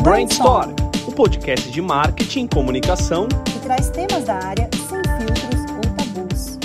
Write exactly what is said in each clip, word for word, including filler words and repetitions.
Brainstorm, o podcast de marketing e comunicação que traz temas da área sem filtros ou tabus.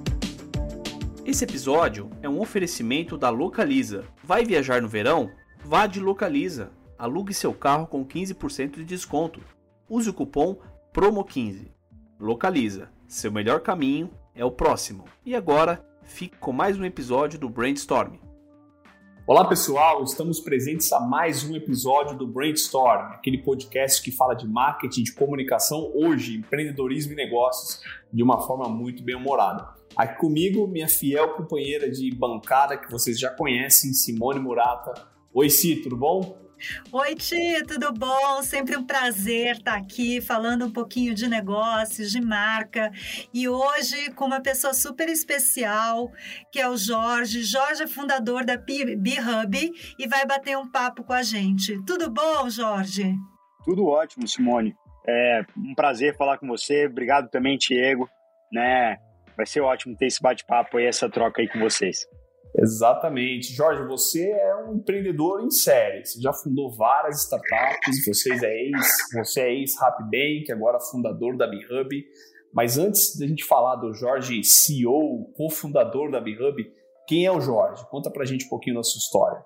Esse episódio é um oferecimento da Localiza. Vai viajar no verão? Vá de Localiza. Alugue seu carro com quinze por cento de desconto. Use o cupom promo quinze. Localiza. Seu melhor caminho é o próximo. E agora, fique com mais um episódio do Brainstorm. Olá pessoal, estamos presentes a mais um episódio do Brainstorm, aquele podcast que fala de marketing, de comunicação, hoje, empreendedorismo e negócios, de uma forma muito bem-humorada. Aqui comigo, minha fiel companheira de bancada, que vocês já conhecem, Simone Murata. Oi, Si, tudo bom? Oi, Ti, tudo bom? Sempre um prazer estar aqui falando um pouquinho de negócios, de marca. E hoje com uma pessoa super especial, que é o Jorge. Jorge é fundador da B-Hub e vai bater um papo com a gente. Tudo bom, Jorge? Tudo ótimo, Simone. É um prazer falar com você. Obrigado também, Diego. Né? Vai ser ótimo ter esse bate-papo e essa troca aí com vocês. Exatamente. Jorge, você é um empreendedor em série. Você já fundou várias startups, vocês é ex, você é ex-Rapbank, agora fundador da B-Hub. Mas antes da gente falar do Jorge, C E O, cofundador da B-Hub, quem é o Jorge? Conta pra gente um pouquinho da sua história.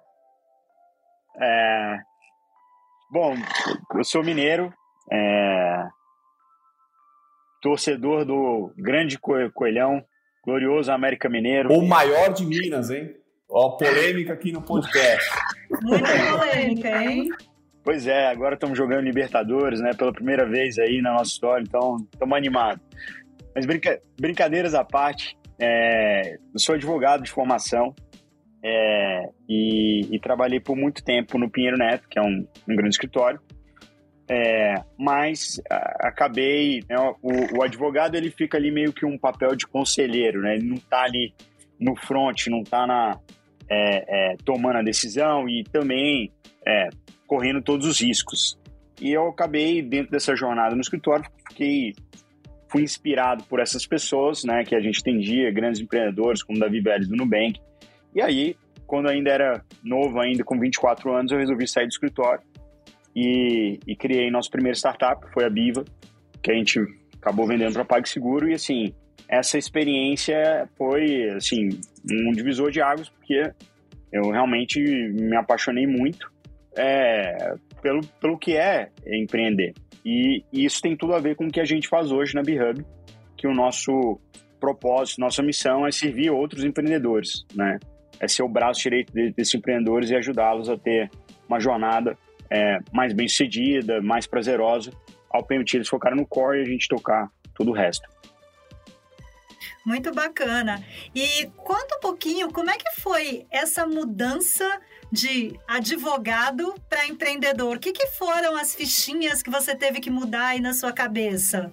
É... Bom, eu sou mineiro, é... torcedor do grande Coelhão, glorioso América Mineiro. O maior de Minas, hein? Ó, polêmica aqui no podcast. Muita polêmica, hein? Pois é, agora estamos jogando Libertadores, né? Pela primeira vez aí na nossa história, então estamos animados. Mas brinca... brincadeiras à parte, é... eu sou advogado de formação é... e... e trabalhei por muito tempo no Pinheiro Neto, que é um, um grande escritório. É, mas a, acabei, né, o, o advogado ele fica ali meio que um papel de conselheiro, né? Ele não está ali no front, não está na, é, é, tomando a decisão e também é, correndo todos os riscos. E eu acabei, dentro dessa jornada no escritório, fiquei, fui inspirado por essas pessoas, né, que a gente atendia, grandes empreendedores como Davi Vélez do Nubank. E aí, quando ainda era novo, ainda com vinte e quatro anos, eu resolvi sair do escritório. E, e criei nosso primeiro startup, foi a Biva, que a gente acabou vendendo para PagSeguro. E, assim, essa experiência foi, assim, um divisor de águas, porque eu realmente me apaixonei muito é, pelo, pelo que é empreender. E, e isso tem tudo a ver com o que a gente faz hoje na B-Hub, que o nosso propósito, nossa missão é servir outros empreendedores, né? É ser o braço direito desses empreendedores e ajudá-los a ter uma jornada É, mais bem sucedida, mais prazerosa, ao permitir eles focarem no core e a gente tocar todo o resto. Muito bacana. E conta um pouquinho como é que foi essa mudança de advogado para empreendedor. O que, que foram as fichinhas que você teve que mudar aí na sua cabeça?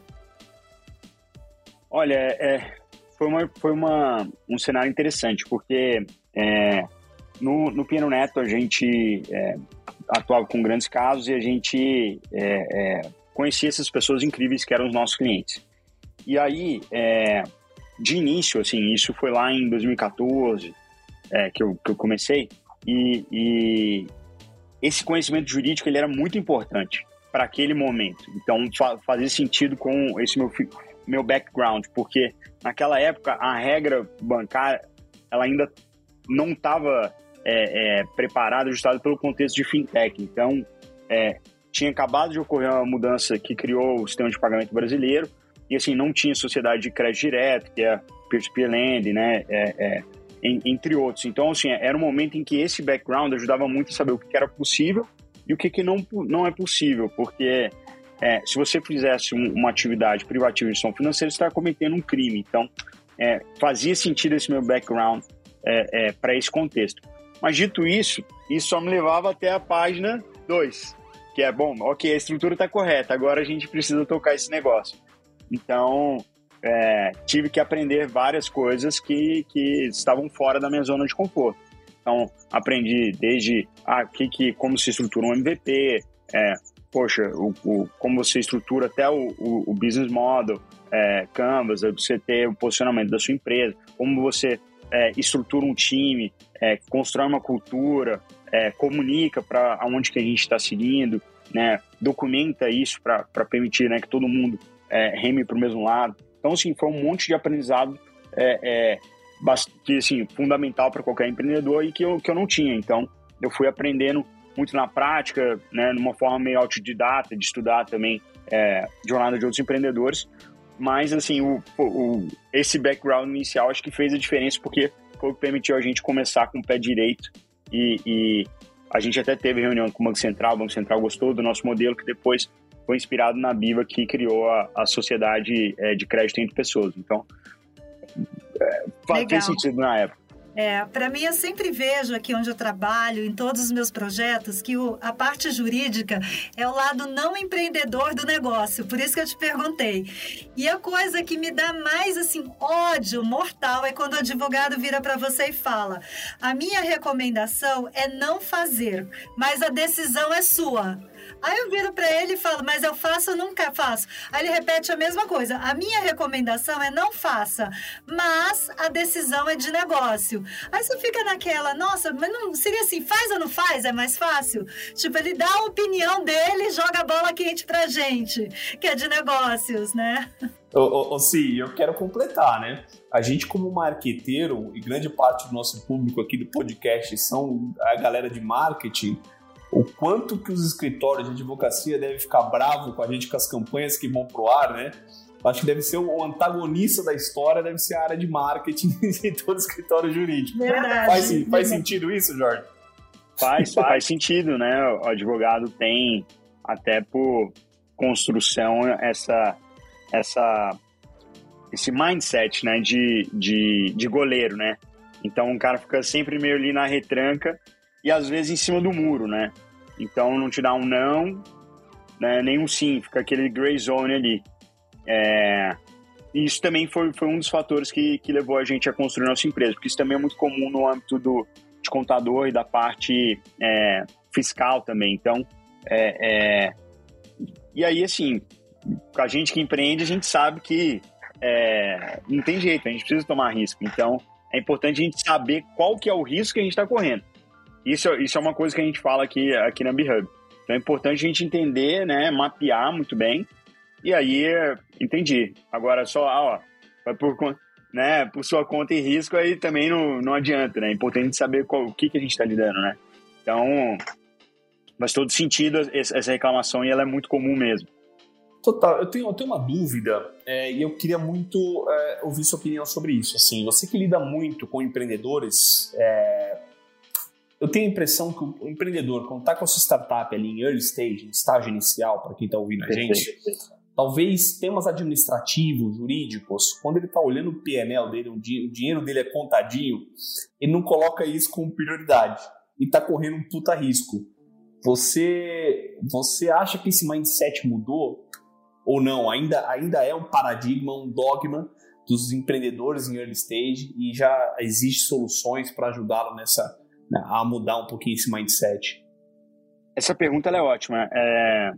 Olha, é, foi, uma, foi uma, um cenário interessante, porque é, no, no Pinheiro Neto a gente é, atuava com grandes casos e a gente é, é, conhecia essas pessoas incríveis que eram os nossos clientes. E aí, é, de início, assim, isso foi lá em dois mil e quatorze é, que, eu, que eu comecei, e, e esse conhecimento jurídico ele era muito importante para aquele momento. Então, fa- fazia sentido com esse meu, meu background, porque naquela época a regra bancária ela ainda não estava É, é, preparado, ajustado pelo contexto de fintech. Então, é, tinha acabado de ocorrer uma mudança que criou o sistema de pagamento brasileiro e, assim, não tinha sociedade de crédito direto, que é peer-to-peer lending, né, é, é, em, entre outros. Então, assim, era um momento em que esse background ajudava muito a saber o que era possível e o que, que não, não é possível, porque é, se você fizesse um, uma atividade privativa de instituição financeira, você está cometendo um crime. Então, é, fazia sentido esse meu background é, é, para esse contexto. Mas dito isso, isso só me levava até a página dois, que é, bom, ok, a estrutura está correta, agora a gente precisa tocar esse negócio. Então, é, tive que aprender várias coisas que, que estavam fora da minha zona de conforto. Então, aprendi desde ah, que, que, como se estrutura um M V P, é, poxa, o, o, como você estrutura até o, o, o business model, é, Canvas, você ter o posicionamento da sua empresa, como você é, estrutura um time, é, constrói uma cultura, é, comunica para aonde que a gente está seguindo. né, documenta isso para permitir, né, que todo mundo é, reme para o mesmo lado. Então, assim, foi um monte de aprendizado é, é, que, assim, fundamental para qualquer empreendedor e que eu, que eu não tinha. Então, eu fui aprendendo muito na prática, né, numa forma meio autodidata, de estudar também é, jornada de outros empreendedores. Mas, assim, o, o, esse background inicial acho que fez a diferença, porque foi o que permitiu a gente começar com o pé direito. E, e a gente até teve reunião com o Banco Central, o Banco Central gostou do nosso modelo, que depois foi inspirado na Biva, que criou a, a Sociedade é, de Crédito entre Pessoas. Então, é, fez sentido na época. É, para mim, eu sempre vejo aqui onde eu trabalho, em todos os meus projetos, que o, a parte jurídica é o lado não empreendedor do negócio. Por isso que eu te perguntei. E a coisa que me dá mais, assim, ódio mortal é quando o advogado vira para você e fala: a minha recomendação é não fazer, mas a decisão é sua. Aí eu viro para ele e falo: mas eu faço ou nunca faço? Aí ele repete a mesma coisa: a minha recomendação é não faça, mas a decisão é de negócio. Aí você fica naquela: nossa, mas não seria assim, faz ou não faz? É mais fácil? Tipo, ele dá a opinião dele e joga a bola quente pra gente, que é de negócios, né? Ô, ô, ô Sim, eu quero completar, né? A gente, como marqueteiro, e grande parte do nosso público aqui do podcast são a galera de marketing, o quanto que os escritórios de advocacia devem ficar bravos com a gente, com as campanhas que vão pro ar, né? Acho que deve ser o antagonista da história, deve ser a área de marketing em todo escritório jurídico. Verdade. Faz, faz sentido isso, Jorge? Faz, faz sentido, né? O advogado tem, até por construção, essa, essa, esse mindset, né? de, de, de goleiro, né? Então, o cara fica sempre meio ali na retranca, e às vezes em cima do muro, né? Então não te dá um não, né, nem um sim, fica aquele gray zone ali. É... E isso também foi, foi um dos fatores que, que levou a gente a construir nossa empresa, porque isso também é muito comum no âmbito do, de contador e da parte é, fiscal também. Então, é, é... e aí, assim, a gente que empreende, a gente sabe que é, não tem jeito, a gente precisa tomar risco. Então, é importante a gente saber qual que é o risco que a gente está correndo. Isso, isso é uma coisa que a gente fala aqui, aqui na BeHub. Então é importante a gente entender, né, mapear muito bem. E aí, entendi. Agora só, ó, vai por, né, por sua conta e risco, aí também não, não adianta, né? É importante saber qual, o que, que a gente está lidando, né? Então, faz todo sentido essa reclamação e ela é muito comum mesmo. Total, eu tenho, eu tenho uma dúvida é, e eu queria muito é, ouvir sua opinião sobre isso. Assim, você que lida muito com empreendedores, é, eu tenho a impressão que o empreendedor, quando está com a sua startup ali em early stage, em estágio inicial, para quem está ouvindo a gente, talvez temas administrativos, jurídicos, quando ele está olhando o P and L dele, o dinheiro dele é contadinho, ele não coloca isso como prioridade e está correndo um puta risco. Você, você acha que esse mindset mudou ou não? Ainda, ainda é um paradigma, um dogma dos empreendedores em early stage e já existem soluções para ajudá-lo nessa, né, a mudar um pouquinho esse mindset? Essa pergunta ela é ótima. É...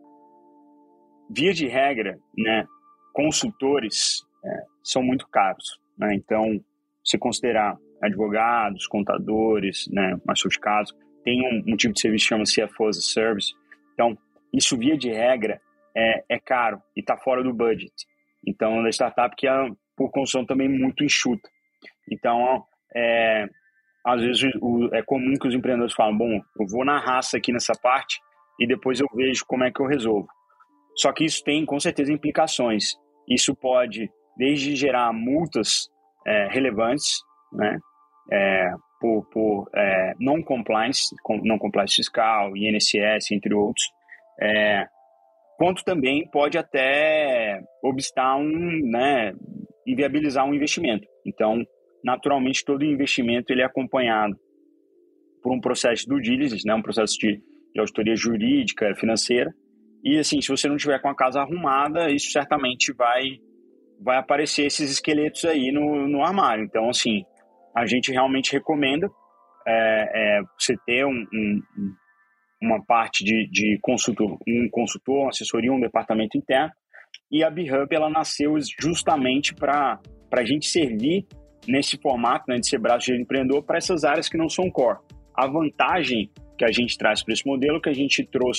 Via de regra, né, consultores é, são muito caros, né? Então, se considerar advogados, contadores, né, mais seus casos, tem um, um tipo de serviço que chama C F O as a Service. Então, isso via de regra é, é caro e está fora do budget. Então, da startup que é, por construção, também muito enxuta. Então, é, às vezes o, é comum que os empreendedores falam: bom, eu vou na raça aqui nessa parte e depois eu vejo como é que eu resolvo. Só que isso tem, com certeza, implicações. Isso pode, desde gerar multas é, relevantes, né, é, por, por é, non-compliance, non-compliance fiscal, I N S S, entre outros, é, quanto também pode até obstar um, né, inviabilizar um investimento. Então, naturalmente, todo investimento ele é acompanhado por um processo de due diligence, né, um processo de, de auditoria jurídica, financeira. E, assim, se você não tiver com a casa arrumada, isso certamente vai, vai aparecer esses esqueletos aí no, no armário. Então, assim, a gente realmente recomenda é, é, você ter um, um, uma parte de, de consultor, um consultor, uma assessoria, um departamento interno. E a BeHub, ela nasceu justamente para a gente servir nesse formato, né, de ser braço de empreendedor para essas áreas que não são core. A vantagem que a gente traz para esse modelo, que a gente trouxe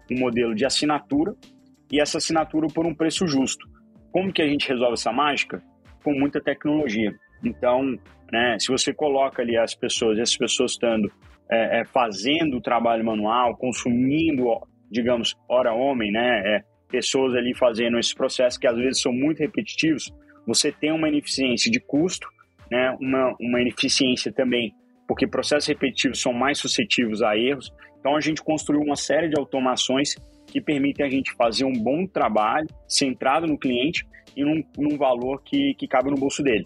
um modelo de assinatura e essa assinatura por um preço justo. Como que a gente resolve essa mágica? Com muita tecnologia. Então, né, se você coloca ali as pessoas, e as pessoas estando é, é, fazendo o trabalho manual, consumindo, digamos, hora homem, né, é, pessoas ali fazendo esse processo que às vezes são muito repetitivos, você tem uma ineficiência de custo, né, uma, uma ineficiência também, porque processos repetitivos são mais suscetíveis a erros. Então, a gente construiu uma série de automações que permitem a gente fazer um bom trabalho centrado no cliente e num, num valor que, que cabe no bolso dele.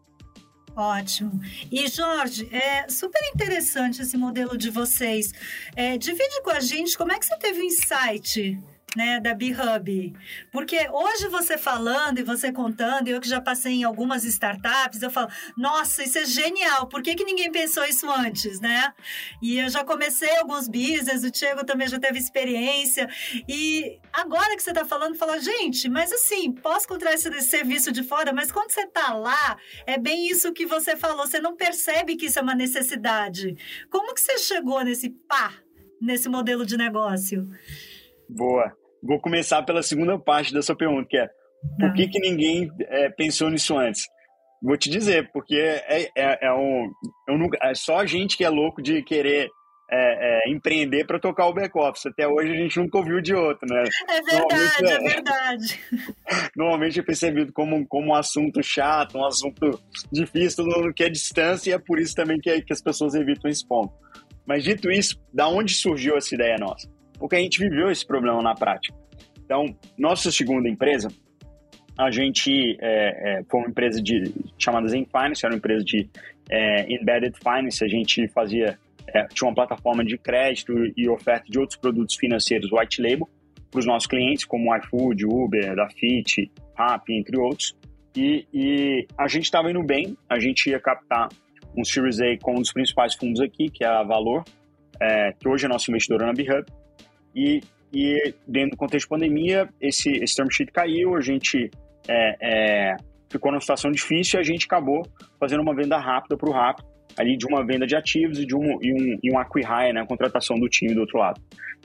Ótimo. E, Jorge, é super interessante esse modelo de vocês. É, divide com a gente como é que você teve o insight, né, da B-Hub. Porque hoje você falando e você contando, eu que já passei em algumas startups, eu falo, nossa, isso é genial, por que, que ninguém pensou isso antes, né? E eu já comecei alguns business, o Thiago também já teve experiência, e agora que você está falando, fala, gente, mas assim, posso contratar esse serviço de fora, mas quando você está lá, é bem isso que você falou, você não percebe que isso é uma necessidade. Como que você chegou nesse pá, nesse modelo de negócio? Boa. Vou começar pela segunda parte da sua pergunta, que é por que, que ninguém é, pensou nisso antes? Vou te dizer, porque é, é, é, um, eu nunca, é só a gente que é louco de querer é, é, empreender para tocar o back-office. Até hoje a gente nunca ouviu de outro, né? É verdade, é, é verdade. Normalmente é percebido como, como um assunto chato, um assunto difícil, todo mundo quer distância, e é por isso também que, que as pessoas evitam esse ponto. Mas dito isso, da onde surgiu essa ideia nossa? Porque a gente viveu esse problema na prática. Então, nossa segunda empresa, a gente é, é, foi uma empresa de, chamada Zen Finance, era uma empresa de é, Embedded Finance, a gente fazia, é, tinha uma plataforma de crédito e oferta de outros produtos financeiros white label para os nossos clientes, como iFood, Uber, Dafit, Rappi, entre outros. E, e a gente estava indo bem, a gente ia captar um Series A com um dos principais fundos aqui, que é a Valor, é, que hoje é nosso investidor na B-Hub. E, e dentro do contexto de pandemia, esse, esse term sheet caiu, a gente é, é, ficou numa situação difícil e a gente acabou fazendo uma venda rápida para o Rappi, ali de uma venda de ativos e, de um, e, um, e um acqui-hire, né, a contratação do time do outro lado.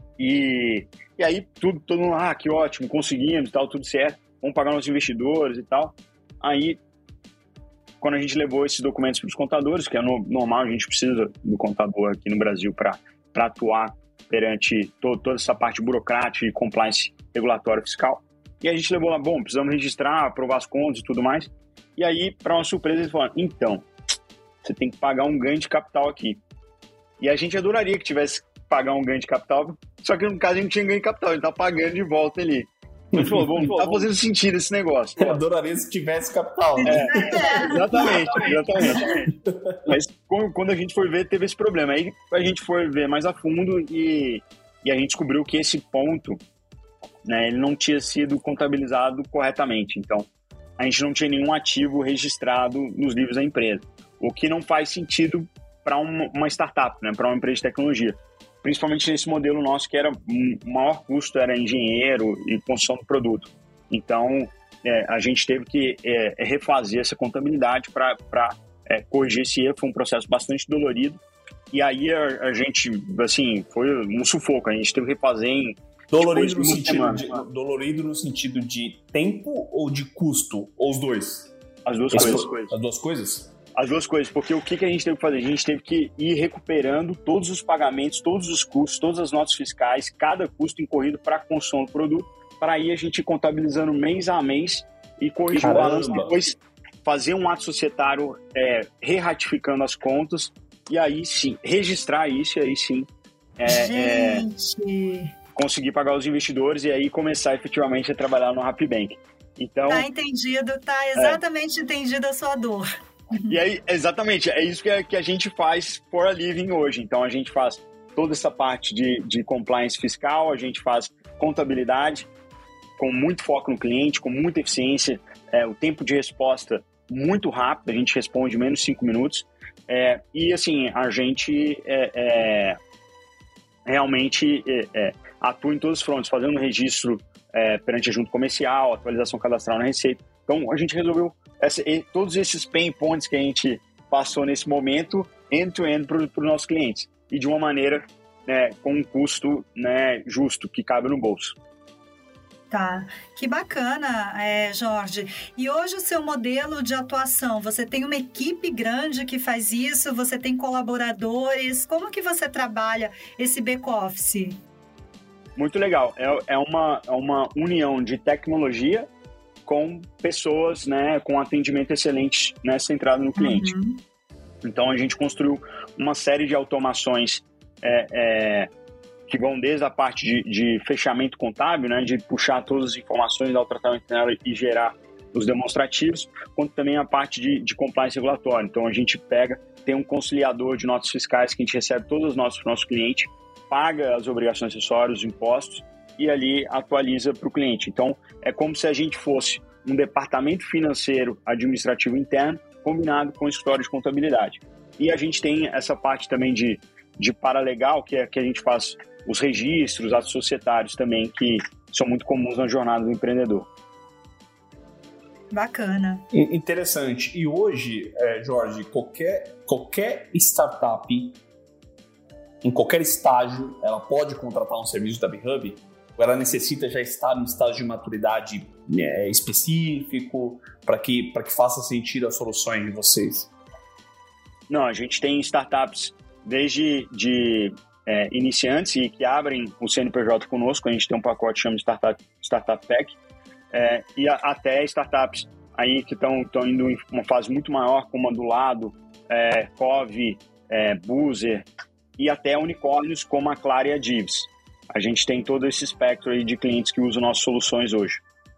E, e aí tudo, todo mundo, ah, que ótimo, conseguimos, tal, tudo certo, vamos pagar nossos investidores e tal. Aí, quando a gente levou esses documentos para os contadores, que é no, normal, a gente precisa do contador aqui no Brasil para atuar perante to, toda essa parte burocrática e compliance regulatório fiscal. E a gente levou lá, bom, precisamos registrar, aprovar as contas e tudo mais. E aí, para uma surpresa, eles falaram, então, você tem que pagar um ganho de capital aqui. E a gente adoraria que tivesse que pagar um ganho de capital, só que no caso a gente não tinha ganho de capital, a gente tá pagando de volta ali. A gente falou, bom, não tá fazendo sentido esse negócio. Eu adoraria se tivesse capital. É, exatamente, exatamente. Mas quando a gente foi ver, teve esse problema. Aí a gente foi ver mais a fundo e, e a gente descobriu que esse ponto, né, ele não tinha sido contabilizado corretamente. Então, a gente não tinha nenhum ativo registrado nos livros da empresa. O que não faz sentido para uma, uma startup, né, para uma empresa de tecnologia. Principalmente nesse modelo nosso, que era o maior custo era engenheiro e construção do produto. Então, é, a gente teve que é, refazer essa contabilidade para é, corrigir esse erro. Foi um processo bastante dolorido. E aí a, a gente, assim, foi um sufoco. A gente teve que refazer em... Dolorido no, sentido de, dolorido no sentido de tempo ou de custo? Ou os dois? As duas As coisas. coisas. As duas coisas? As duas coisas, porque o que, que a gente teve que fazer? A gente teve que ir recuperando todos os pagamentos, todos os custos, todas as notas fiscais, cada custo incorrido para a construção do produto, para aí a gente ir contabilizando mês a mês e corrigir o balanço, depois fazer um ato societário é, re-ratificando as contas e aí sim, registrar isso e aí sim é, gente. É, conseguir pagar os investidores e aí começar efetivamente a trabalhar no Rappi Bank. Então, tá entendido, tá exatamente é. entendido a sua dor. E aí, exatamente, é isso que a, que a gente faz for a living hoje. Então, a gente faz toda essa parte de, de compliance fiscal, a gente faz contabilidade com muito foco no cliente, com muita eficiência, é, o tempo de resposta muito rápido, a gente responde em menos de cinco minutos. É, e, assim, a gente é, é, realmente é, é, atua em todos os frontes, fazendo registro é, perante a junta comercial, atualização cadastral na Receita. Então, a gente resolveu essa, e, todos esses pain points que a gente passou nesse momento, end-to-end para os nossos clientes. E de uma maneira é, com um custo, né, justo, que cabe no bolso. Tá, que bacana, é, Jorge. E hoje o seu modelo de atuação, você tem uma equipe grande que faz isso, você tem colaboradores, como que você trabalha esse back-office? Muito legal, é, é, uma, é uma união de tecnologia com pessoas, né, com atendimento excelente, né, centrado no cliente. Uhum. Então a gente construiu uma série de automações é, é, que vão desde a parte de, de fechamento contábil, né, de puxar todas as informações, dar o tratamento nela e gerar os demonstrativos, quanto também a parte de, de compliance regulatório. Então a gente pega, tem um conciliador de notas fiscais que a gente recebe todos os nossos, nossos clientes, paga as obrigações acessórias, os impostos, e ali atualiza para o cliente. Então é como se a gente fosse um departamento financeiro administrativo interno combinado com o escritório de contabilidade. E a gente tem essa parte também de, de paralegal, que é que a gente faz os registros, atos societários também, que são muito comuns na jornada do empreendedor. Bacana. Interessante. E hoje, é, Jorge, qualquer, qualquer startup, em qualquer estágio, ela pode contratar um serviço da BeHub? Ou ela necessita já estar num estágio de maturidade é, específico para que, para que faça sentido as soluções de vocês? Não, a gente tem startups desde de É, iniciantes e que abrem o C N P J conosco. A gente tem um pacote que chama de Startup, Startup Pack, é, e a, até startups aí que estão indo em uma fase muito maior, como a do lado, é, Cove, é, Boozer, e até unicórnios como a Clara e a Divs. A gente tem todo esse espectro aí de clientes que usam nossas soluções hoje.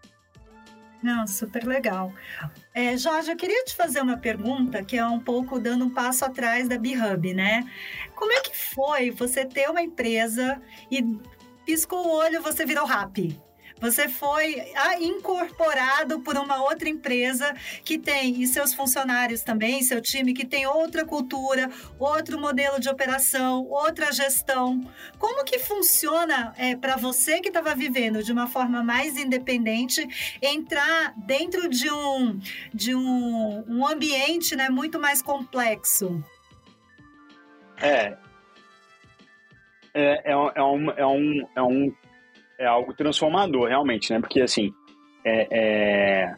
Não, super legal. É, Jorge, eu queria te fazer uma pergunta que é um pouco dando um passo atrás da BeHub, né? Como é que foi você ter uma empresa e piscou o olho, você virou Rappi? Você foi incorporado por uma outra empresa que tem, e seus funcionários também, seu time, que tem outra cultura, outro modelo de operação, outra gestão. Como que funciona é, para você que estava vivendo de uma forma mais independente, entrar dentro de um, de um, um ambiente, né, muito mais complexo? É, é, é, é, um, é, um, é um É algo transformador, realmente, né? Porque, assim, é, é,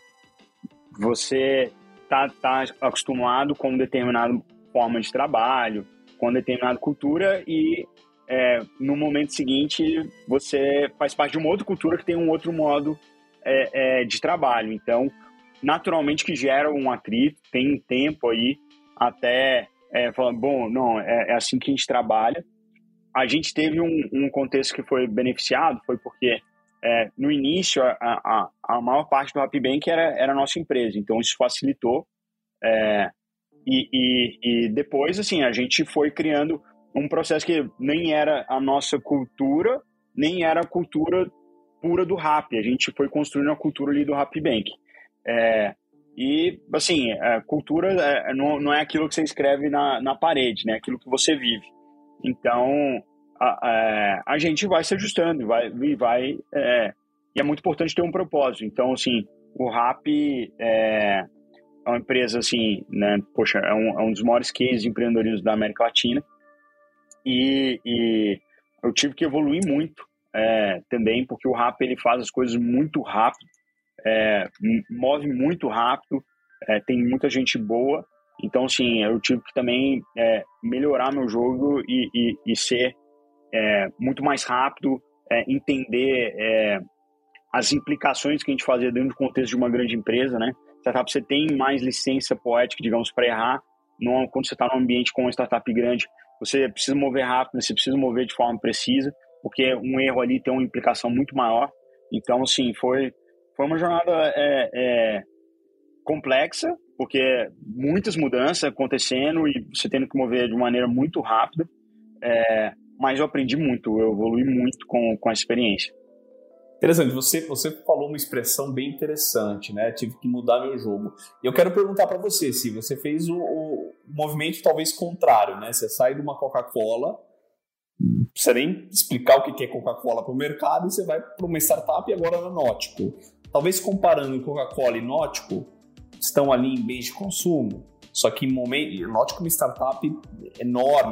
você tá, tá acostumado com determinada forma de trabalho, com determinada cultura e, é, no momento seguinte, você faz parte de uma outra cultura que tem um outro modo é, é, de trabalho. Então, naturalmente que gera um atrito, tem um tempo aí até é, falar, bom, não, é, é assim que a gente trabalha. A gente teve um, um contexto que foi beneficiado, foi porque é, no início a, a, a maior parte do RappiBank era, era a nossa empresa, então isso facilitou é, e, e, e depois assim, a gente foi criando um processo que nem era a nossa cultura, nem era a cultura pura do Rappi, a gente foi construindo a cultura ali do RappiBank. É, e assim, a cultura é, não, não é aquilo que você escreve na, na parede, né? É aquilo que você vive. Então, a, a, a gente vai se ajustando e vai, e vai é, e é muito importante ter um propósito. Então, assim, o Rappi é, é uma empresa, assim, né, poxa, é um, é um dos maiores cases de empreendedorismo da América Latina e, e eu tive que evoluir muito é, também, porque o Rappi, ele faz as coisas muito rápido, é, move muito rápido, é, tem muita gente boa. Então, assim, eu tive que também é, melhorar meu jogo e, e, e ser é, muito mais rápido, é, entender é, as implicações que a gente fazia dentro do contexto de uma grande empresa, né? Startup, você tem mais licença poética, digamos, para errar. Não, quando você está num ambiente com uma startup grande, você precisa mover rápido, você precisa mover de forma precisa, porque um erro ali tem uma implicação muito maior. Então, assim, foi, foi uma jornada é, é, complexa, porque muitas mudanças acontecendo e você tendo que mover de maneira muito rápida, é, mas eu aprendi muito, eu evolui muito com, com a experiência. Interessante, você, você falou uma expressão bem interessante, né? Tive que mudar meu jogo. E eu quero perguntar para você, se você fez o, o movimento talvez contrário, né? Você sai de uma Coca-Cola, não precisa nem explicar o que é Coca-Cola para o mercado, e você vai para uma startup e agora na Nótico. Talvez comparando Coca-Cola e Nótico, estão ali em bens de consumo, só que em momento, Nótico é uma startup enorme,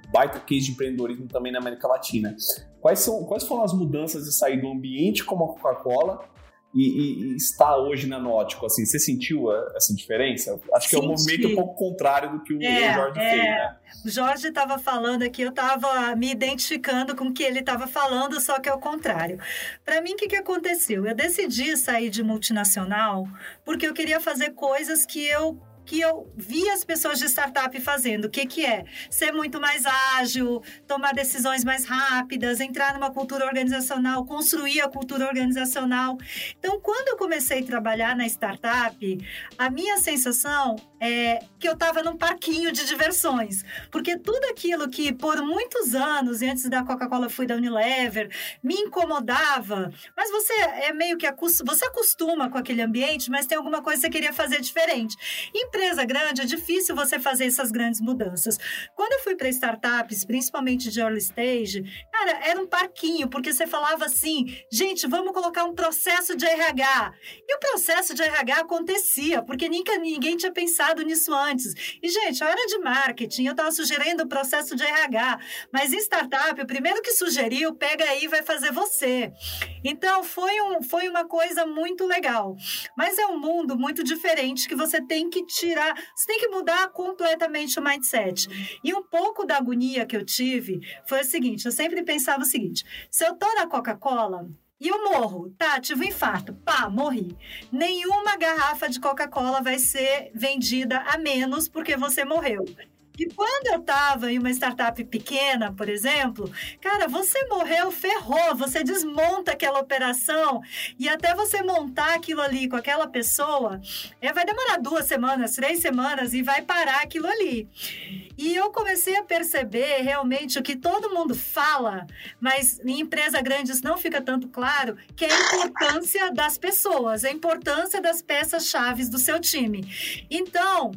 baita case de empreendedorismo também na América Latina. Quais, são, quais foram as mudanças de sair do ambiente como a Coca-Cola e, e, e estar hoje na Nótico? Assim, você sentiu a, essa diferença? Acho que Senti. é um movimento um pouco contrário do que o, É, o Jorge é. fez, né? O Jorge estava falando aqui, eu estava me identificando com o que ele estava falando, só que é o contrário. Para mim, o que, que aconteceu? Eu decidi sair de multinacional porque eu queria fazer coisas que eu que eu vi as pessoas de startup fazendo. O que, que é? Ser muito mais ágil, tomar decisões mais rápidas, entrar numa cultura organizacional, construir a cultura organizacional. Então, quando eu comecei a trabalhar na startup, a minha sensação é que eu estava num parquinho de diversões. Porque tudo aquilo que por muitos anos, e antes da Coca-Cola eu fui da Unilever, me incomodava, mas você é meio que acostuma, você acostuma com aquele ambiente, mas tem alguma coisa que você queria fazer diferente. Empresa grande, é difícil você fazer essas grandes mudanças. Quando eu fui para startups, principalmente de early stage, cara, era um parquinho, porque você falava assim, gente, vamos colocar um processo de R H. E o processo de R H acontecia, porque nunca, ninguém tinha pensado nisso antes. E, gente, a área de marketing, eu estava sugerindo o processo de R H, mas em startup, o primeiro que sugeriu, pega aí e vai fazer você. Então, foi, um, foi uma coisa muito legal. Mas é um mundo muito diferente que você tem que tirar, você tem que mudar completamente o mindset. E um pouco da agonia que eu tive foi o seguinte, eu sempre pensava o seguinte, se eu tô na Coca-Cola e eu morro, tá, tive um infarto, pá, morri. Nenhuma garrafa de Coca-Cola vai ser vendida a menos porque você morreu. E quando eu estava em uma startup pequena, por exemplo, cara, você morreu, ferrou, você desmonta aquela operação e até você montar aquilo ali com aquela pessoa, é, vai demorar duas semanas, três semanas e vai parar aquilo ali. E eu comecei a perceber realmente o que todo mundo fala, mas em empresa grande isso não fica tanto claro, que é a importância das pessoas, a importância das peças-chave do seu time. Então,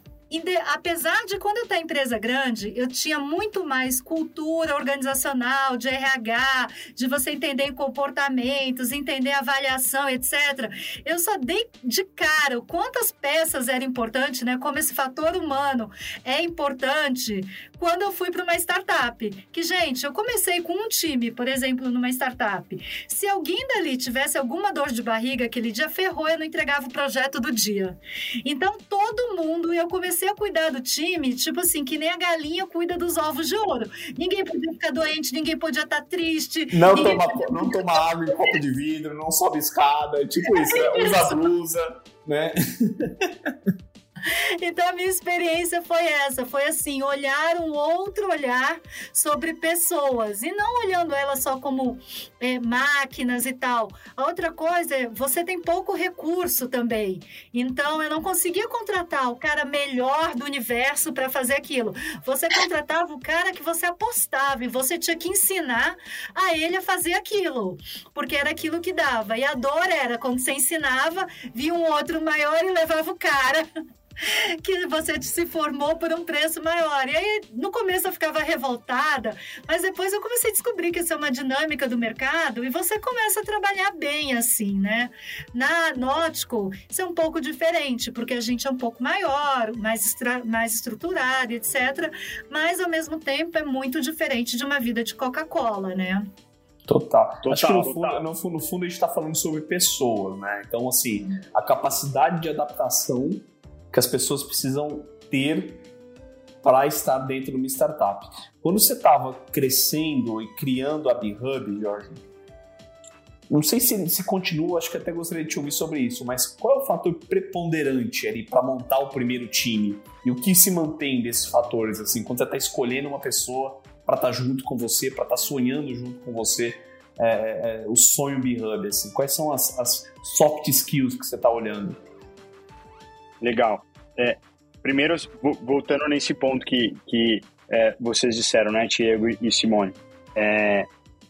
apesar de quando eu estava em empresa grande, eu tinha muito mais cultura organizacional, de R H, de você entender comportamentos, entender avaliação, etcétera. Eu só dei de cara o quantas peças eram importantes, né? Como esse fator humano é importante quando eu fui para uma startup. Que, gente, eu comecei com um time, por exemplo, numa startup. Se alguém dali tivesse alguma dor de barriga aquele dia, ferrou, eu não entregava o projeto do dia. Então, todo mundo, eu comecei a cuidar do time, tipo assim, que nem a galinha cuida dos ovos de ouro. Ninguém podia ficar doente, ninguém podia estar triste. Não, toma, podia... não toma água em copo de vidro, não sobe escada, tipo isso, né? Usa blusa, né? Então, a minha experiência foi essa, foi assim, olhar um outro olhar sobre pessoas, e não olhando elas só como é, máquinas e tal. A outra coisa é, você tem pouco recurso também, então eu não conseguia contratar o cara melhor do universo para fazer aquilo. Você contratava o cara que você apostava, e você tinha que ensinar a ele a fazer aquilo, porque era aquilo que dava, e a dor era quando você ensinava, via um outro maior e levava o cara que você se formou por um preço maior. E aí, no começo eu ficava revoltada, mas depois eu comecei a descobrir que isso é uma dinâmica do mercado e você começa a trabalhar bem assim, né? Na Nótico, isso é um pouco diferente, porque a gente é um pouco maior, mais, estra- mais estruturado, etcétera. Mas, ao mesmo tempo, é muito diferente de uma vida de Coca-Cola, né? Total. Total, Acho que no total. fundo, no, fundo, no fundo a gente está falando sobre pessoas, né? Então, assim, a capacidade de adaptação que as pessoas precisam ter para estar dentro de uma startup. Quando você estava crescendo e criando a B-Hub, Jorge, não sei se, se continua, acho que até gostaria de te ouvir sobre isso, mas qual é o fator preponderante ali para montar o primeiro time? E o que se mantém desses fatores, assim, quando você está escolhendo uma pessoa para estar junto com você, para estar sonhando junto com você, é, é, o sonho B-Hub, assim, quais são as, as soft skills que você está olhando? Legal. É, primeiro, voltando nesse ponto que, que é, vocês disseram, né, Thiago e Simone, é,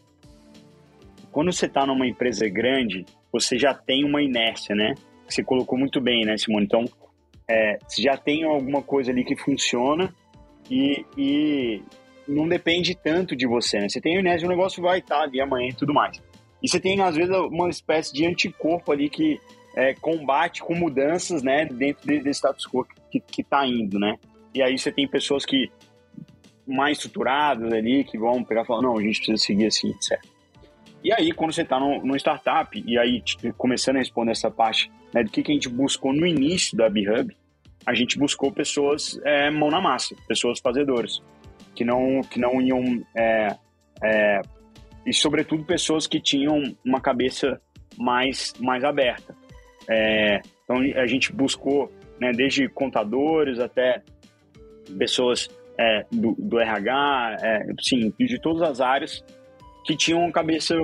quando você está numa empresa grande, você já tem uma inércia, né? Você colocou muito bem, né, Simone? Então, é, você já tem alguma coisa ali que funciona e, e não depende tanto de você, né? Você tem a inércia, o negócio vai estar ali amanhã e tudo mais. E você tem, às vezes, uma espécie de anticorpo ali que É, combate com mudanças, né, dentro desse status quo que, que tá indo, né? E aí você tem pessoas que mais estruturadas ali, que vão pegar e falar, não, a gente precisa seguir assim, etcétera. E aí, quando você está no, no startup, e aí começando a responder essa parte, né, do que, que a gente buscou no início da B-Hub, a gente buscou pessoas é, mão na massa, pessoas fazedoras, que não, que não iam... É, é, e, sobretudo, pessoas que tinham uma cabeça mais, mais aberta. É, então, a gente buscou, né, desde contadores até pessoas é, do, do R H, é, sim, de todas as áreas, que tinham uma cabeça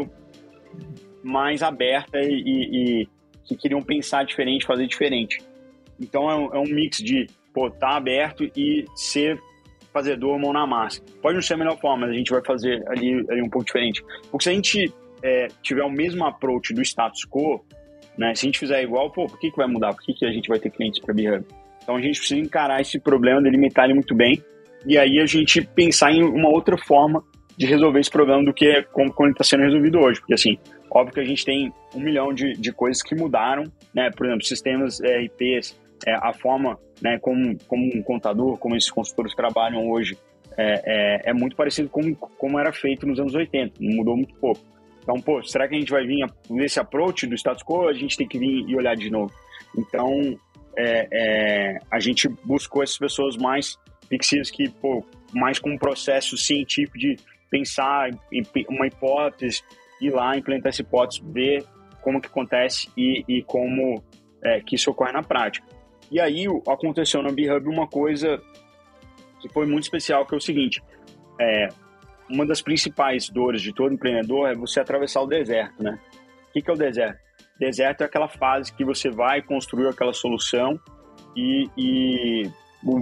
mais aberta e, e, e que queriam pensar diferente, fazer diferente. Então, é um, é um mix de estar tá aberto e ser fazedor, mão na massa. Pode não ser a melhor forma, mas a gente vai fazer ali, ali um pouco diferente. Porque se a gente é, tiver o mesmo approach do status quo, né, se a gente fizer igual, pô, por que, que vai mudar? Por que, que a gente vai ter clientes para B-Hub? Então, a gente precisa encarar esse problema, delimitar ele muito bem, e aí a gente pensar em uma outra forma de resolver esse problema do que como, como ele está sendo resolvido hoje. Porque, assim, óbvio que a gente tem um milhão de, de coisas que mudaram, né? Por exemplo, sistemas E R Ps, é, a forma, né, como, como um contador, como esses consultores trabalham hoje, é, é, é muito parecido com como era feito nos anos oitenta, não mudou muito pouco. Então, pô, será que a gente vai vir nesse approach do status quo ou a gente tem que vir e olhar de novo? Então, é, é, a gente buscou essas pessoas mais fixias que, pô, mais com um processo científico de pensar em uma hipótese, ir lá, implementar essa hipótese, ver como que acontece e, e como é, que isso ocorre na prática. E aí aconteceu na B-Hub uma coisa que foi muito especial, que é o seguinte, é, uma das principais dores de todo empreendedor é você atravessar o deserto, né? O que, que é o deserto? Deserto é aquela fase que você vai construir aquela solução e, e o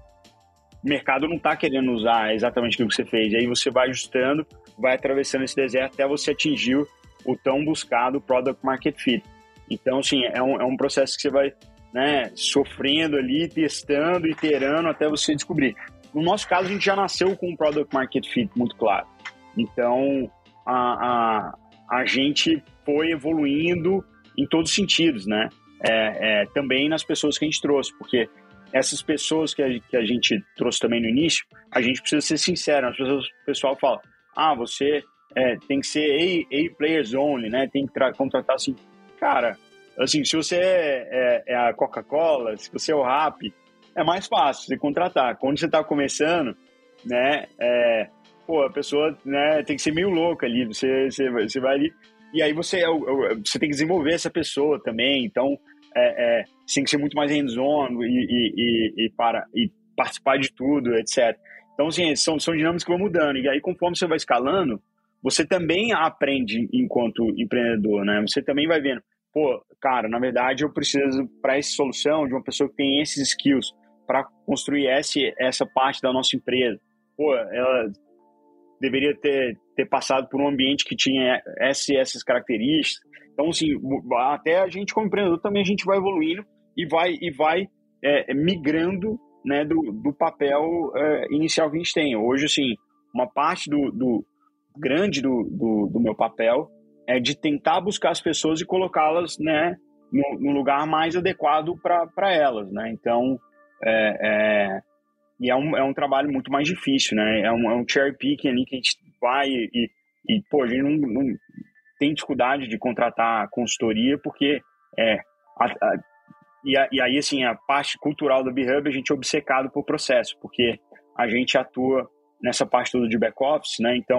mercado não está querendo usar exatamente aquilo que você fez. E aí você vai ajustando, vai atravessando esse deserto até você atingir o tão buscado Product Market Fit. Então, assim, é um, é um processo que você vai, né, sofrendo ali, testando, iterando até você descobrir. No nosso caso, a gente já nasceu com um Product Market Fit muito claro. Então, a, a, a gente foi evoluindo em todos os sentidos, né? É, é, também nas pessoas que a gente trouxe, porque essas pessoas que a, que a gente trouxe também no início, a gente precisa ser sincero. As pessoas, o pessoal fala, ah, você é, tem que ser A-players only, né? Tem que contratar assim. Cara, assim, se você é, é, é a Coca-Cola, se você é o Rappi, é mais fácil você contratar. Quando você está começando, né, é, pô, a pessoa, né, tem que ser meio louca ali, você, você, você vai ali, e aí você, você tem que desenvolver essa pessoa também, então é, é, você tem que ser muito mais hands-on e, e, e, e, para, e participar de tudo, etcétera. Então, assim, são, são dinâmicas que vão mudando, e aí conforme você vai escalando, você também aprende enquanto empreendedor, né, você também vai vendo, pô, cara, na verdade eu preciso, para essa solução, de uma pessoa que tem esses skills, para construir essa, essa parte da nossa empresa. Pô, ela deveria ter, ter passado por um ambiente que tinha essa, essas características. Então, assim, até a gente como empreendedor também a gente vai evoluindo e vai, e vai é, migrando, né, do, do papel é, inicial que a gente tem. Hoje, assim, uma parte do, do grande do, do, do meu papel é de tentar buscar as pessoas e colocá-las, né, no, no lugar mais adequado para elas, né? Então, É, é, e é um, é um trabalho muito mais difícil, né? É um, é um cherry picking ali que a gente vai e, e pô, a gente não, não tem dificuldade de contratar consultoria porque é, a, a, e, a, e aí, assim, a parte cultural do B-Hub a gente é obcecado por processo, porque a gente atua nessa parte toda de back-office, né? Então,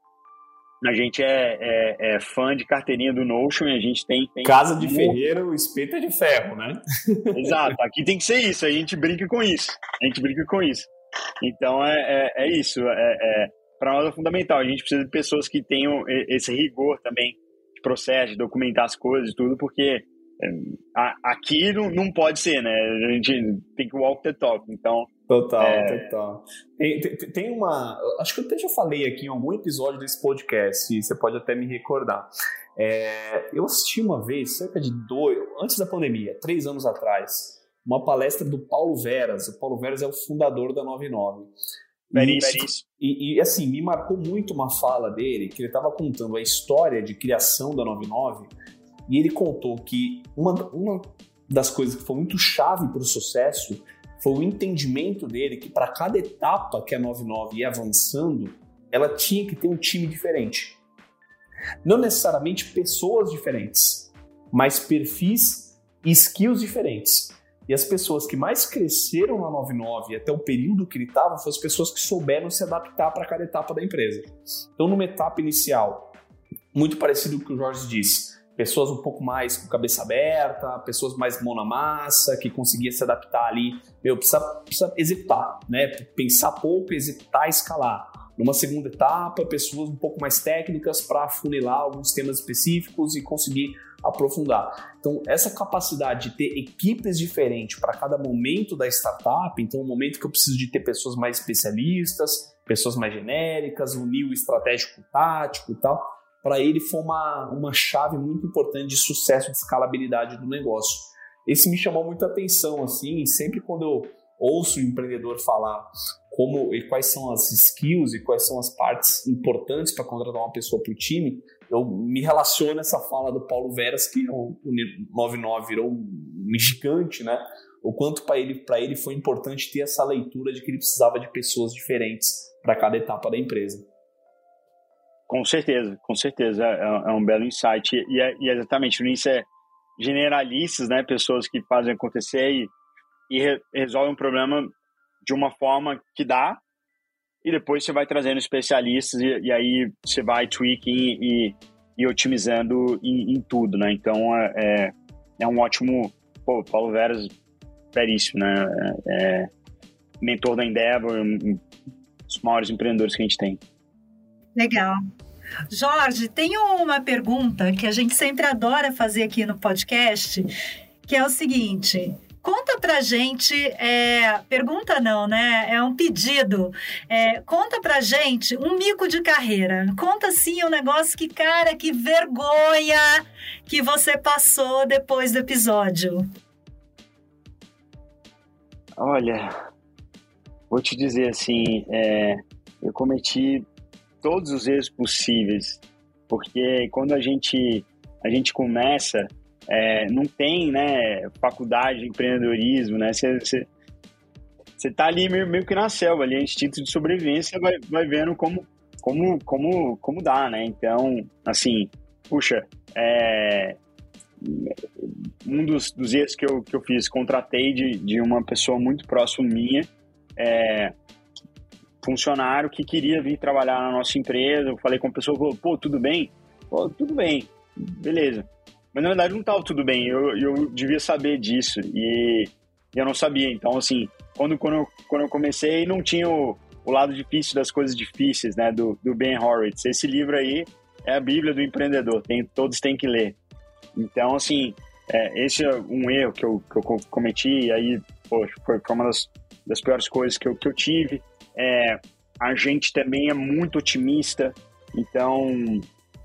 a gente é, é, é fã de carteirinha do Notion e a gente tem... tem Casa de ferreiro, espeto é de ferro, né? Exato, aqui tem que ser isso, a gente brinca com isso, a gente brinca com isso. Então, é, é, é isso, é, é, para nós é fundamental, a gente precisa de pessoas que tenham esse rigor também de processo, de documentar as coisas e tudo, porque é, a, aqui não, não pode ser, né? A gente tem que walk the talk, então... Total, é... total. Tem, tem, tem uma... Acho que eu até já falei aqui em algum episódio desse podcast, e você pode até me recordar. É, eu assisti uma vez, cerca de dois... Antes da pandemia, três anos atrás, uma palestra do Paulo Veras. O Paulo Veras é o fundador da noventa e nove. Veríssimo. E, e, assim, me marcou muito uma fala dele, que ele estava contando a história de criação da noventa e nove, e ele contou que uma, uma das coisas que foi muito chave para o sucesso foi o entendimento dele que para cada etapa que a noventa e nove ia avançando, ela tinha que ter um time diferente. Não necessariamente pessoas diferentes, mas perfis e skills diferentes. E as pessoas que mais cresceram na noventa e nove até o período que ele estava foram as pessoas que souberam se adaptar para cada etapa da empresa. Então, numa etapa inicial, muito parecido com o que o Jorge disse, pessoas um pouco mais com cabeça aberta, pessoas mais mão na massa, que conseguiam se adaptar ali, meu, precisa, precisa executar, né? Pensar pouco, executar, escalar. Numa segunda etapa, pessoas um pouco mais técnicas para afunilar alguns temas específicos e conseguir aprofundar. Então, essa capacidade de ter equipes diferentes para cada momento da startup, então o momento que eu preciso de ter pessoas mais especialistas, pessoas mais genéricas, unir o estratégico tático e tal, para ele foi uma, uma chave muito importante de sucesso, de escalabilidade do negócio. Esse me chamou muita atenção, assim, e sempre quando eu ouço o empreendedor falar como e quais são as skills e quais são as partes importantes para contratar uma pessoa para o time, eu me relaciono a essa fala do Paulo Veras, que é o, o noventa e nove virou um gigante, né? O quanto para ele, para ele foi importante ter essa leitura de que ele precisava de pessoas diferentes para cada etapa da empresa. Com certeza, com certeza. É, é um belo insight. E, é, e é exatamente, o Nisso é generalistas, né? Pessoas que fazem acontecer e, e re, resolvem um problema de uma forma que dá, e depois você vai trazendo especialistas e, e aí você vai tweaking e, e otimizando em, em tudo, né? Então, é, é um ótimo... Pô, Paulo Veras, veríssimo, né? É, é mentor da Endeavor, um dos maiores empreendedores que a gente tem. Legal. Jorge, tem uma pergunta que a gente sempre adora fazer aqui no podcast, que é o seguinte... Conta pra gente, é, pergunta não, né? É um pedido. É, conta pra gente um mico de carreira. Conta, assim, um negócio que, cara, que vergonha que você passou depois do episódio. Olha, vou te dizer assim, é, eu cometi todos os erros possíveis, porque quando a gente, a gente começa... É, não tem, né, faculdade de empreendedorismo, né? Você tá ali meio, meio que na selva, ali, instinto de sobrevivência, vai, vai vendo como, como, como, como dá, né? Então, assim, puxa, é, um dos, dos erros que eu, que eu fiz, contratei de, de uma pessoa muito próxima minha, é, funcionário que queria vir trabalhar na nossa empresa. Eu falei com a pessoa, pô, tudo bem? Pô, tudo bem, beleza. Mas, na verdade, não estava tudo bem. Eu, eu devia saber disso. E eu não sabia. Então, assim, quando, quando, eu, quando eu comecei, não tinha o, o lado difícil das coisas difíceis, né? Do, do Ben Horowitz. Esse livro aí é a Bíblia do empreendedor. Tem, todos têm que ler. Então, assim, é, esse é um erro que eu, que eu cometi. E aí, poxa, foi uma das, das piores coisas que eu, que eu tive. É, a gente também é muito otimista. Então,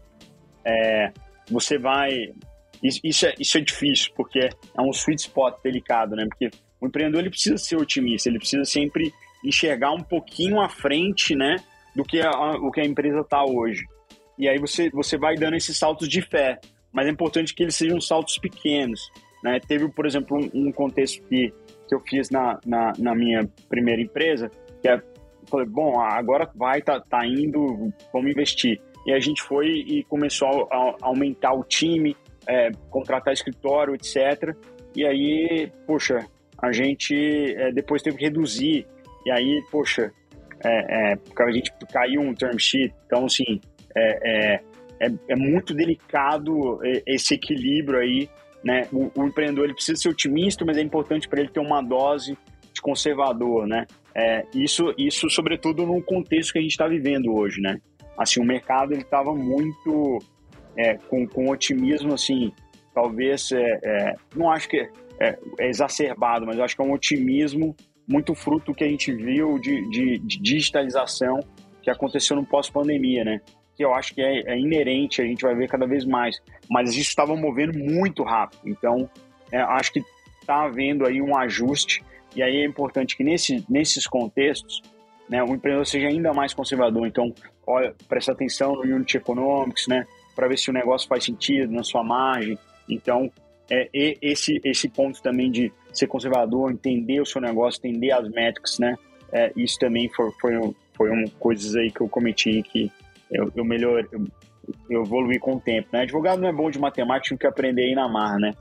é, você vai... Isso é, isso é difícil, porque é um sweet spot delicado, né? Porque o empreendedor ele precisa ser otimista, ele precisa sempre enxergar um pouquinho à frente, né, do que a, o que a empresa está hoje. E aí você, você vai dando esses saltos de fé, mas é importante que eles sejam saltos pequenos, né? Teve, por exemplo, um, um contexto que, que eu fiz na, na, na minha primeira empresa, que é, falei, bom, agora vai, tá, tá indo, vamos investir. E a gente foi e começou a, a aumentar o time, É, contratar escritório, etcétera. E aí, poxa, a gente é, depois teve que reduzir. E aí, poxa, é, é, a gente caiu um term sheet. Então, assim, é, é, é, é muito delicado esse equilíbrio aí, né? O, o empreendedor ele precisa ser otimista, mas é importante para ele ter uma dose de conservador, né? É, isso, isso, sobretudo, no contexto que a gente está vivendo hoje, né? Assim, o mercado ele estava muito... É, com, com otimismo, assim, talvez, é, é, não acho que é, é exacerbado, mas eu acho que é um otimismo muito fruto do que a gente viu de, de, de digitalização que aconteceu no pós-pandemia, né? Que eu acho que é, é inerente, a gente vai ver cada vez mais, mas isso estava movendo muito rápido, então é, acho que está havendo aí um ajuste, e aí é importante que nesse, nesses contextos, né, o empreendedor seja ainda mais conservador. Então, olha, presta atenção no Unit Economics, né, para ver se o negócio faz sentido na sua margem. Então, é, esse, esse ponto também de, ser conservador, entender o seu negócio, entender as métricas, né? É, isso também foi, foi, foi um, coisas aí que eu cometi que eu, eu melhor eu, eu evoluí com o tempo, né? Advogado não é bom de matemática, tinha que aprender aí na marra, né?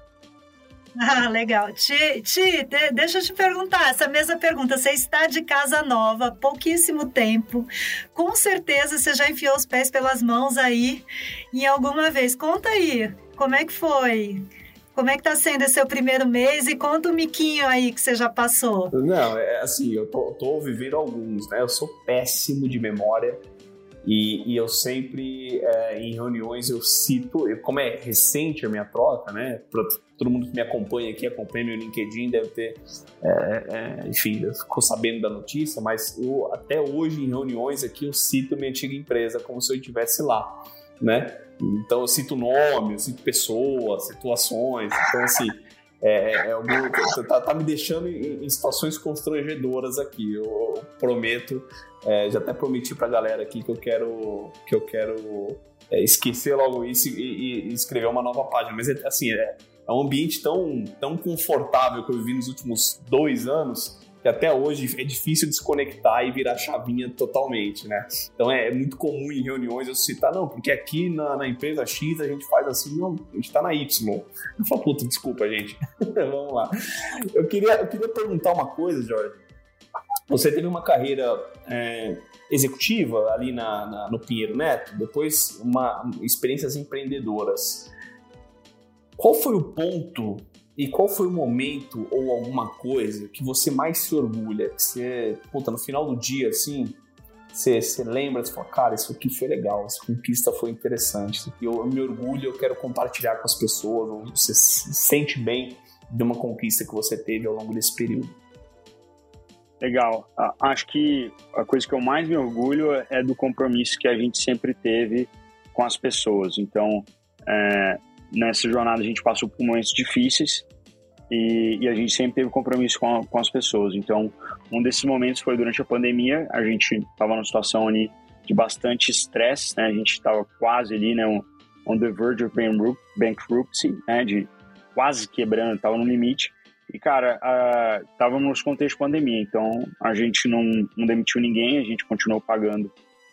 Ah, legal. Ti, Ti, de, deixa eu te perguntar, essa mesma pergunta. Você está de casa nova há pouquíssimo tempo. Com certeza você já enfiou os pés pelas mãos aí em alguma vez. Conta aí, como é que foi? Como é que tá sendo esse seu primeiro mês? E conta o miquinho aí que você já passou. Não, é assim, eu tô, tô vivendo alguns, né? Eu sou péssimo de memória. E, e eu sempre, é, em reuniões, eu cito, eu, como é recente a minha troca, né? Pra todo mundo que me acompanha aqui, acompanha meu LinkedIn, deve ter, é, é, enfim, ficou sabendo da notícia, mas eu, até hoje, em reuniões aqui, eu cito minha antiga empresa como se eu estivesse lá, né? Então, eu cito nome, eu cito pessoas, situações, então, assim, é, é, é, tá, tá me deixando em, em situações constrangedoras aqui, eu, eu prometo. É, já até prometi pra galera aqui que eu quero, que eu quero é, esquecer logo isso e, e, e escrever uma nova página. Mas, é, assim, é, é um ambiente tão, tão confortável que eu vivi nos últimos dois anos que até hoje é difícil desconectar e virar chavinha totalmente, né? Então, é, é muito comum em reuniões eu citar, não, porque aqui na, na empresa X a gente faz assim, não, a gente tá na Y. Eu falo, puta, desculpa, gente. Vamos lá. Eu queria, eu queria perguntar uma coisa, Jorge. Você teve uma carreira é, executiva ali na, na, no Pinheiro Neto, depois uma, experiências empreendedoras. Qual foi o ponto e qual foi o momento ou alguma coisa que você mais se orgulha? Que você, puta, no final do dia, assim, você, você lembra, você fala, cara, isso aqui foi legal, essa conquista foi interessante, isso aqui eu, eu me orgulho, eu quero compartilhar com as pessoas, ou você se sente bem de uma conquista que você teve ao longo desse período? Legal. Acho que a coisa que eu mais me orgulho é do compromisso que a gente sempre teve com as pessoas. Então, é, nessa jornada a gente passou por momentos difíceis e, e a gente sempre teve compromisso com, a, com as pessoas. Então, um desses momentos foi durante a pandemia. A gente estava numa situação ali de bastante estresse, né? A gente estava quase ali, né, on, on the verge of bankruptcy, né? De quase quebrando, estava no limite. E, cara, estávamos uh, nos contextos de pandemia, então a gente não, não demitiu ninguém, a gente continuou pagando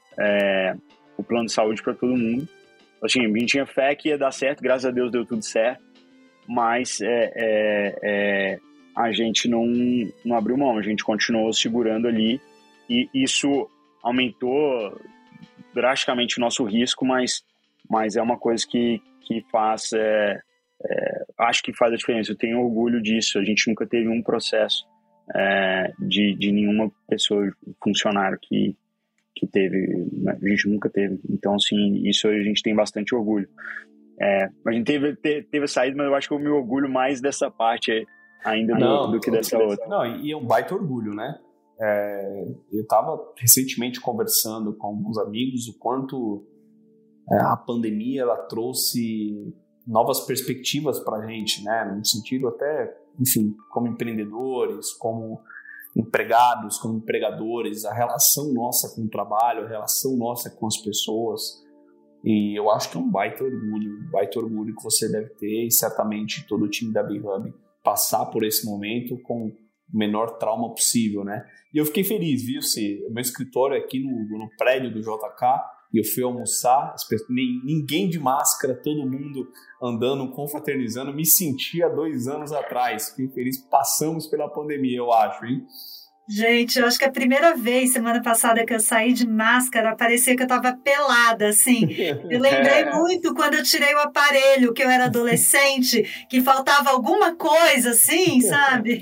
é, o plano de saúde para todo mundo. Assim, a gente tinha fé que ia dar certo, graças a Deus deu tudo certo, mas é, é, é, a gente não, não abriu mão, a gente continuou segurando ali e isso aumentou drasticamente o nosso risco, mas, mas é uma coisa que, que faz... É, É, acho que faz a diferença, eu tenho orgulho disso. A gente nunca teve um processo é, de, de nenhuma pessoa, funcionário que, que teve, a gente nunca teve, então assim, isso a gente tem bastante orgulho. É, a gente teve, teve, teve a saída, mas eu acho que eu me orgulho mais dessa parte ainda do, não, do que dessa outra. Não, e é um baita orgulho, né? É, eu estava recentemente conversando com alguns amigos o quanto é, a pandemia ela trouxe novas perspectivas para a gente, né? No sentido até, enfim, como empreendedores, como empregados, como empregadores, a relação nossa com o trabalho, a relação nossa com as pessoas. E eu acho que é um baita orgulho, um baita orgulho que você deve ter e certamente todo o time da B-Hub passar por esse momento com o menor trauma possível, né? E eu fiquei feliz, viu? Se o meu escritório é aqui no, no prédio do J K, e eu fui almoçar, ninguém de máscara, todo mundo andando, confraternizando, me senti há dois anos atrás. Fiquei feliz, passamos pela pandemia, eu acho, hein? Gente, eu acho que a primeira vez, semana passada, que eu saí de máscara, parecia que eu estava pelada, assim. Eu lembrei é. muito quando eu tirei o aparelho, que eu era adolescente, que faltava alguma coisa, assim, sabe?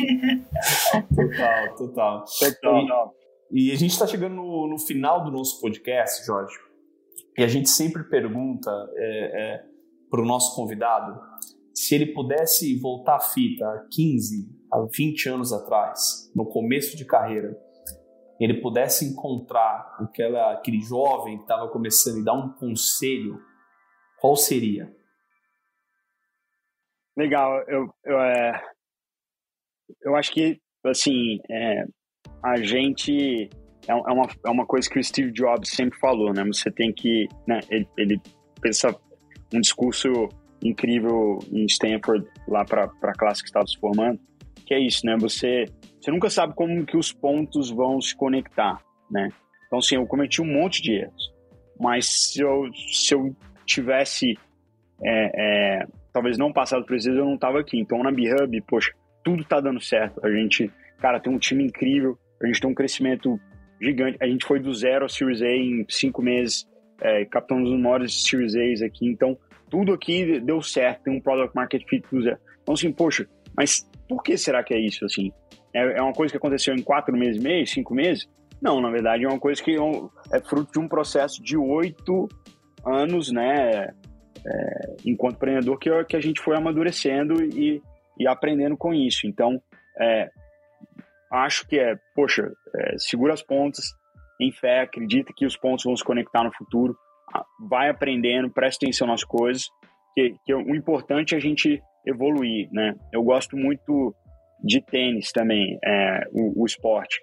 Total, total. total. E, e a gente está chegando no, no final do nosso podcast, Jorge. E a gente sempre pergunta é, é, para o nosso convidado se ele pudesse voltar a fita há quinze, há vinte anos atrás, no começo de carreira, ele pudesse encontrar aquela, aquele jovem que estava começando e dar um conselho, qual seria? Legal, eu, eu, é, eu acho que, assim, é, a gente... É uma, é uma coisa que o Steve Jobs sempre falou, né? Você tem que... Né? Ele, ele pensa um discurso incrível em Stanford, lá para a classe que estava se formando, que é isso, né? Você, você nunca sabe como que os pontos vão se conectar, né? Então, assim, eu cometi um monte de erros, mas se eu, se eu tivesse, é, é, talvez não passado por esses erros, eu não tava aqui. Então, na B-Hub, poxa, tudo tá dando certo. A gente, cara, tem um time incrível, a gente tem um crescimento gigante. A gente foi do zero ao Series A em cinco meses, é, captamos os maiores Series A's aqui. Então, tudo aqui deu certo, tem um Product Market Fit do zero. Então, assim, poxa, mas por que será que é isso, assim? É, é uma coisa que aconteceu em quatro meses e meio, cinco meses? Não, na verdade, é uma coisa que é fruto de um processo de oito anos, né, é, enquanto empreendedor, que, que a gente foi amadurecendo e, e aprendendo com isso. Então, é, acho que é, poxa, é, segura as pontas, em fé, acredita que os pontos vão se conectar no futuro, vai aprendendo, presta atenção nas coisas, que, que o importante é a gente evoluir, né? Eu gosto muito de tênis também, é, o, o esporte,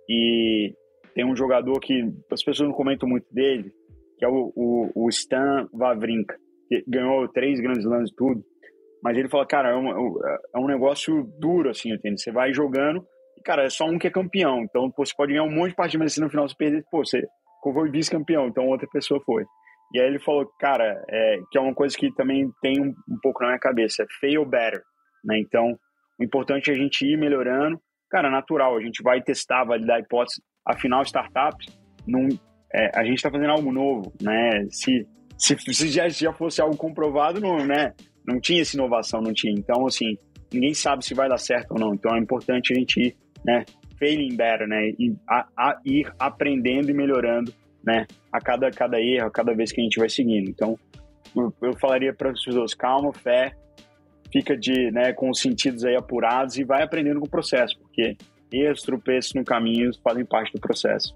e tem um jogador que as pessoas não comentam muito dele, que é o, o, o Stan Wawrinka, que ganhou três grandes lãs e tudo, mas ele fala, cara, é um, é um negócio duro, assim, entende? Você vai jogando, e, cara, é só um que é campeão, então pô, você pode ganhar um monte de partidas, mas se no final você perder, pô, você foi vice-campeão, então outra pessoa foi. E aí ele falou, cara, é, que é uma coisa que também tem um, um pouco na minha cabeça, é fail better, né? Então, o importante é a gente ir melhorando. Cara, é natural, a gente vai testar, validar hipóteses. Afinal, startups, não, é, a gente está fazendo algo novo, né? Se, se, se já, já fosse algo comprovado, não, né? Não tinha essa inovação, não tinha. Então, assim, ninguém sabe se vai dar certo ou não. Então, é importante a gente ir, né? Failing better, né? E a, a, ir aprendendo e melhorando, né, a cada, cada erro, a cada vez que a gente vai seguindo. Então, eu, eu falaria para as pessoas, calma, fé, fica de, né, com os sentidos aí apurados e vai aprendendo com o processo, porque erros, tropeços no caminho fazem parte do processo.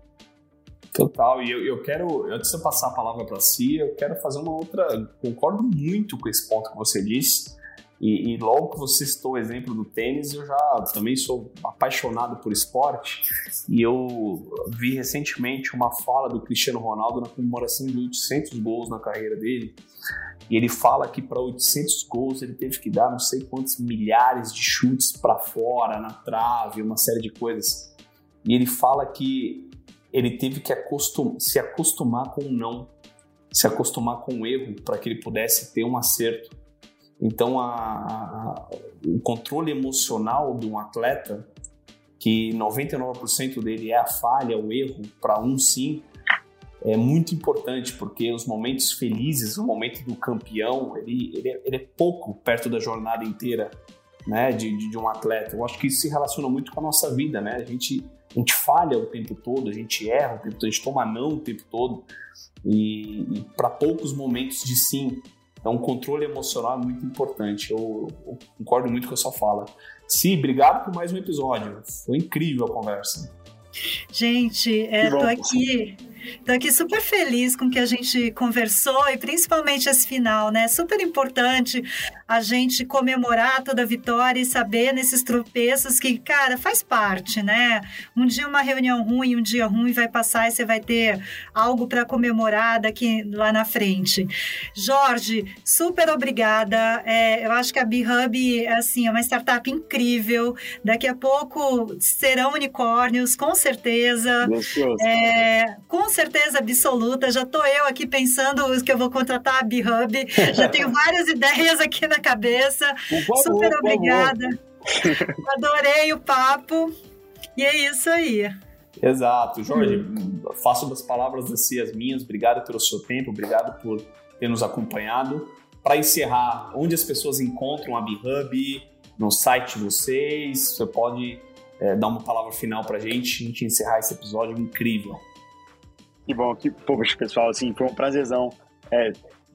Total, e eu, eu quero, antes de eu passar a palavra para si, eu quero fazer uma outra, concordo muito com esse ponto que você disse, e, e logo que você citou o exemplo do tênis, eu já também sou apaixonado por esporte, e eu vi recentemente uma fala do Cristiano Ronaldo na comemoração de oitocentos gols na carreira dele, e ele fala que para oitocentos gols ele teve que dar não sei quantos milhares de chutes para fora, na trave, uma série de coisas, e ele fala que ele teve que acostum- se acostumar com o não, se acostumar com o erro para que ele pudesse ter um acerto. Então, a, a, o controle emocional de um atleta, que noventa e nove por cento dele é a falha, o erro, para um sim, é muito importante, porque os momentos felizes, o momento do campeão, ele, ele, é, ele é pouco perto da jornada inteira, né, de, de, de um atleta. Eu acho que isso se relaciona muito com a nossa vida, né? A gente, a gente falha o tempo todo, a gente erra o tempo todo, a gente toma não o tempo todo, e, e para poucos momentos de sim. Então, o controle emocional é muito importante. Eu, eu concordo muito com a sua fala. Sim, obrigado por mais um episódio. Foi incrível a conversa. Gente, é, tô aqui, tô aqui super feliz com o que a gente conversou e principalmente esse final, né? Super importante a gente comemorar toda a vitória e saber nesses tropeços que, cara, faz parte, né? Um dia uma reunião ruim, um dia ruim vai passar e você vai ter algo para comemorar daqui lá na frente. Jorge, super obrigada. É, eu acho que a B-Hub assim, é uma startup incrível. Daqui a pouco serão unicórnios, com certeza. É, com certeza absoluta. Já tô eu aqui pensando que eu vou contratar a B-Hub. Já tenho várias ideias aqui na cabeça. Favor, super obrigada. Adorei o papo. E é isso aí. Exato. Jorge, hum. faço das palavras assim as minhas. Obrigado pelo seu tempo, obrigado por ter nos acompanhado. Para encerrar, onde as pessoas encontram a B-Hub, no site de vocês, você pode é, dar uma palavra final para a gente, a gente encerrar esse episódio incrível. Que bom, que poxa, pessoal, assim, foi um prazerzão é,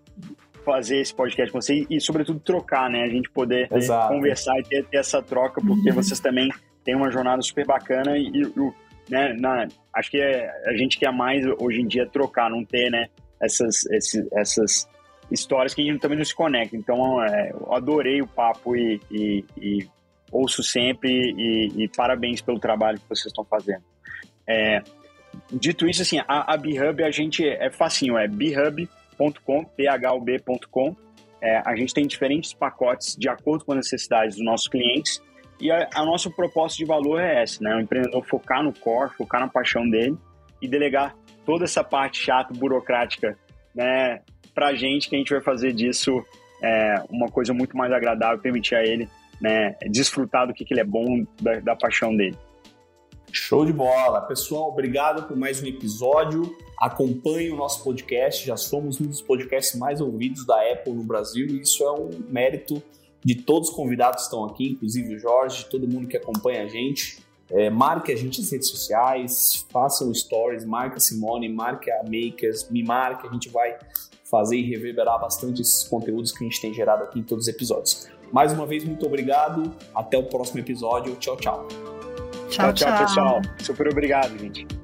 fazer esse podcast com vocês e, sobretudo, trocar, né? A gente poder é, conversar e ter, ter essa troca, porque vocês também têm uma jornada super bacana e, e né, na, acho que é, a gente quer mais hoje em dia trocar, não ter, né, essas, esses, essas histórias que a gente também não se conecta. Então, é, eu adorei o papo e, e, e ouço sempre e, e parabéns pelo trabalho que vocês estão fazendo. É, dito isso, assim, a, a B-Hub, a gente é facinho, é b hub ponto com, b h u b ponto com. É, a gente tem diferentes pacotes de acordo com as necessidades dos nossos clientes e a, a nosso propósito de valor é esse, né? O empreendedor focar no core, focar na paixão dele e delegar toda essa parte chata, burocrática, né, pra gente, que a gente vai fazer disso é, uma coisa muito mais agradável, permitir a ele, né, desfrutar do que, que ele é bom, da, da paixão dele. Show de bola! Pessoal, obrigado por mais um episódio. Acompanhe o nosso podcast, já somos um dos podcasts mais ouvidos da Apple no Brasil e isso é um mérito de todos os convidados que estão aqui, inclusive o Jorge, todo mundo que acompanha a gente. É, marque a gente nas redes sociais, façam stories, marque a Simone, marque a Makers, me marque, a gente vai fazer e reverberar bastante esses conteúdos que a gente tem gerado aqui em todos os episódios. Mais uma vez, muito obrigado, até o próximo episódio, tchau, tchau. Tchau, tchau, tchau, pessoal. Super obrigado, gente.